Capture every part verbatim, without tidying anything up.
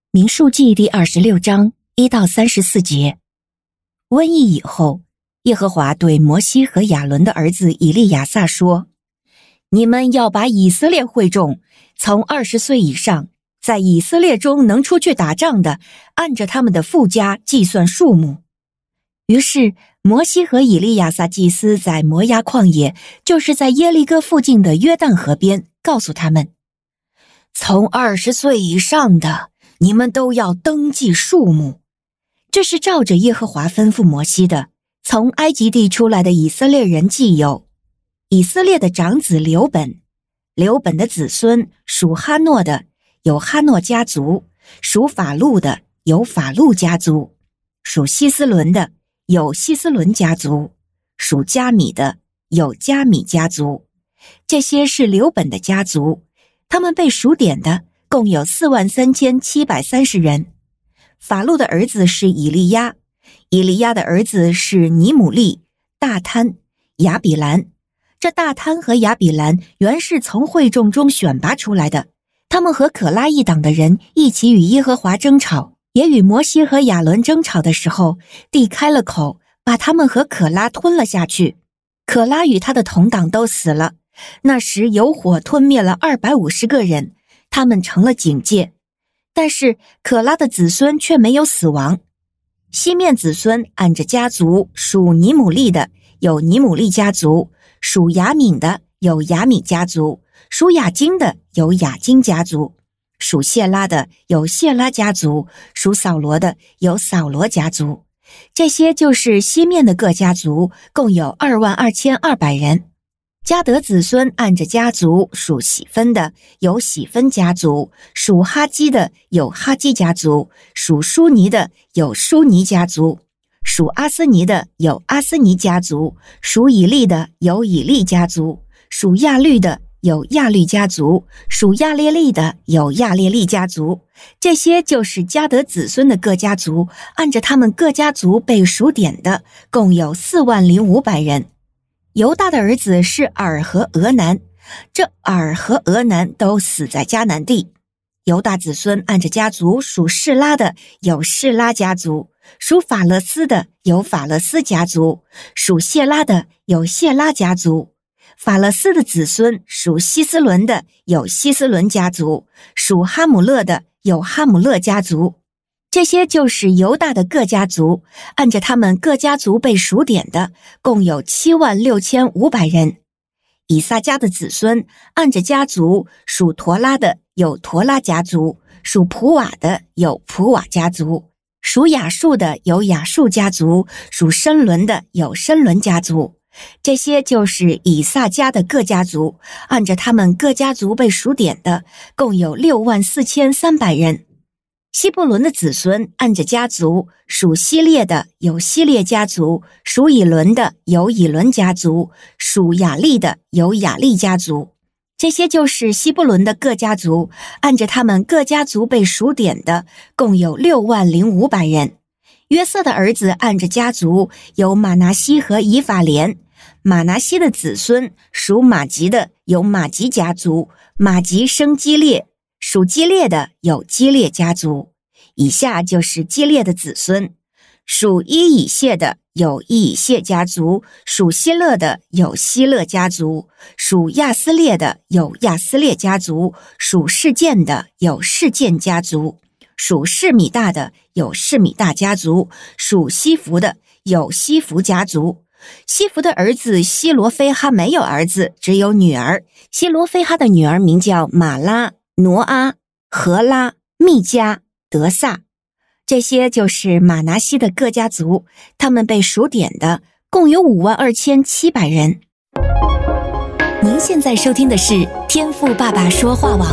民数记第二十六章一到三十四节。瘟疫以后，耶和华对摩西和亚伦的儿子以利亚撒说：你们要把以色列会众从二十岁以上，在以色列中能出去打仗的，按着他们的父家计算数目。于是摩西和以利亚撒祭司在摩押旷野，就是在耶利哥附近的约旦河边，告诉他们：从二十岁以上的，你们都要登记数目。这是照着耶和华吩咐摩西的。从埃及地出来的以色列人既有以色列的长子流本，流本的子孙属哈诺的有哈诺家族，属法路的有法路家族，属希斯伦的有希斯伦家族，属加米的有加米家族。这些是流本的家族，他们被数点的共有四万三千七百三十人。法路的儿子是以利亚，以利亚的儿子是尼姆利、大贪、亚比兰。这大贪和亚比兰原是从会众中选拔出来的，他们和可拉一党的人一起与耶和华争吵，也与摩西和亚伦争吵的时候，地开了口，把他们和可拉吞了下去。可拉与他的同党都死了，那时有火吞灭了二百五十个人，他们成了警戒。但是可拉的子孙却没有死亡。西面子孙按着家族，属尼姆利的有尼姆利家族，属亚敏的有亚米家族，属亚金的有亚金家族，属谢拉的有谢拉家族，属扫罗的有扫罗家族。这些就是西面的各家族，共有二万二千二百人。迦得子孙按着家族，属喜分的有喜分家族，属哈基的有哈基家族，属舒尼的有舒尼家族，属阿斯尼的有阿斯尼家族，属以利的有以利家族，属亚律的有亚律家族，属亚列利的有亚列利家族。这些就是迦得子孙的各家族，按着他们各家族被数点的，共有四万零五百人。犹大的儿子是尔和俄南，这尔和俄南都死在迦南地。犹大子孙按着家族，属示拉的有示拉家族，属法勒斯的有法勒斯家族，属谢拉的有谢拉家族。法勒斯的子孙属希斯伦的有希斯伦家族，属哈姆勒的有哈姆勒家族。这些就是犹大的各家族，按着他们各家族被数点的，共有七万六千五百人。以撒家的子孙按着家族，属陀拉的有陀拉家族，属普瓦的有普瓦家族，属亚述的有亚述家族，属申伦的有申伦家族。这些就是以撒家的各家族，按着他们各家族被数点的，共有六万四千三百人。希布伦的子孙按着家族，属希列的有希列家族，属以伦的有以伦家族，属雅利的有雅利家族。这些就是希布伦的各家族，按着他们各家族被数点的，共有六万零五百人。约瑟的儿子按着家族，有马拿西和以法莲。马拿西的子孙属马吉的有马吉家族，马吉生基列，属基列的有基列家族。以下就是基列的子孙，属伊以谢的有伊以谢家族，属希勒的有希勒家族，属亚斯列的有亚斯列家族，属示剑的有示剑家族，属示米大的有示米大家族，属西弗的有西弗家族。西弗的儿子希罗非哈没有儿子，只有女儿。希罗非哈的女儿名叫玛拉、挪阿、荷拉、密加、德萨。这些就是马拿西的各家族，他们被数点的共有五万二千七百人。您现在收听的是天父爸爸说话网。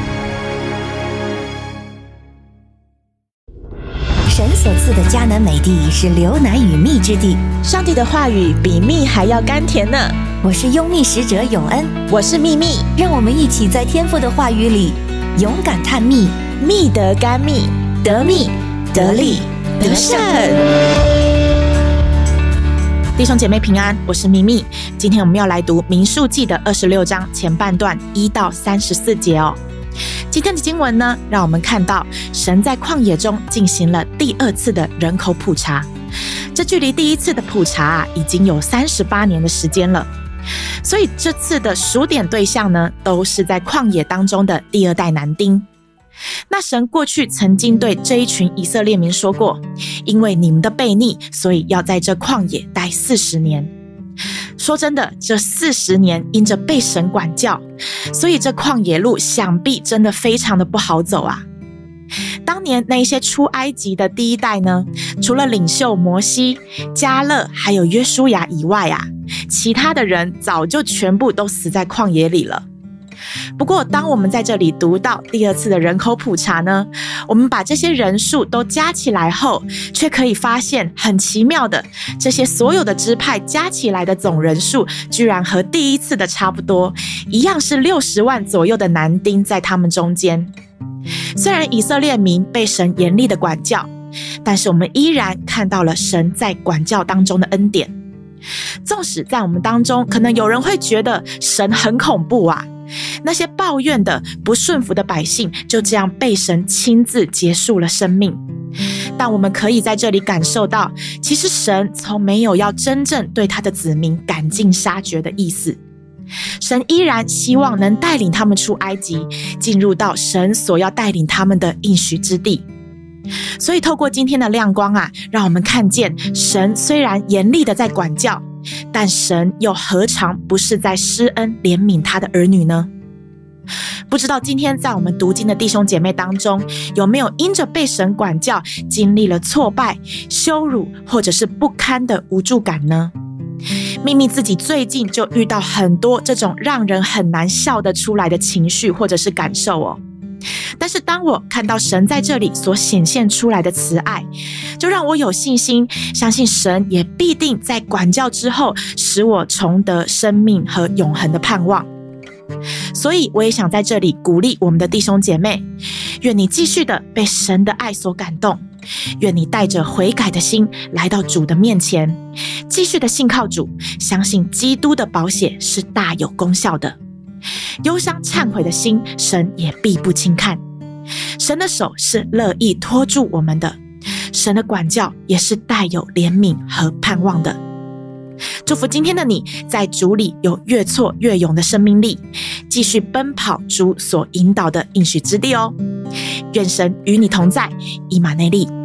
神所赐的迦南美地是流奶与蜜之地， 上帝的话语比蜜还要甘甜呢。 我是拥蜜使者永恩， 我是蜜蜜， 让我们一起在天父的话语里勇敢探蜜， 蜜得甘蜜， 得蜜得利得胜。 弟兄姐妹平安，我是蜜蜜。今天我们要来读民数记的二十六章前半段一到三十四节哦。 今天的经文呢，让我们看到神在旷野中进行了第二次的人口普查。这距离第一次的普查啊，已经有三十八年的时间了。所以这次的数点对象呢，都是在旷野当中的第二代男丁。那神过去曾经对这一群以色列民说过，因为你们的悖逆，所以要在这旷野待四十年。说真的，这四十年因着被神管教，所以这旷野路想必真的非常的不好走啊。当年那一些出埃及的第一代呢，除了领袖摩西、迦勒还有约书亚以外啊，其他的人早就全部都死在旷野里了。不过当我们在这里读到第二次的人口普查呢，我们把这些人数都加起来后，却可以发现很奇妙的，这些所有的支派加起来的总人数居然和第一次的差不多，一样是六十万左右的男丁在他们中间。虽然以色列民被神严厉的管教，但是我们依然看到了神在管教当中的恩典。纵使在我们当中可能有人会觉得神很恐怖啊，那些抱怨的不顺服的百姓就这样被神亲自结束了生命，但我们可以在这里感受到，其实神从没有要真正对他的子民赶尽杀绝的意思。神依然希望能带领他们出埃及，进入到神所要带领他们的应许之地。所以透过今天的亮光啊，让我们看见神虽然严厉的在管教，但神又何尝不是在施恩怜悯他的儿女呢？不知道今天在我们读经的弟兄姐妹当中，有没有因着被神管教，经历了挫败、羞辱或者是不堪的无助感呢？秘密自己最近就遇到很多这种让人很难笑得出来的情绪或者是感受哦。但是当我看到神在这里所显现出来的慈爱，就让我有信心，相信神也必定在管教之后，使我重得生命和永恒的盼望。所以我也想在这里鼓励我们的弟兄姐妹，愿你继续的被神的爱所感动，愿你带着悔改的心来到主的面前，继续的信靠主，相信基督的宝血是大有功效的。忧伤忏悔的心，神也必不轻看。神的手是乐意托住我们的，神的管教也是带有怜悯和盼望的。祝福今天的你，在主里有越挫越勇的生命力，继续奔跑主所引导的应许之地哦。愿神与你同在，以马内利。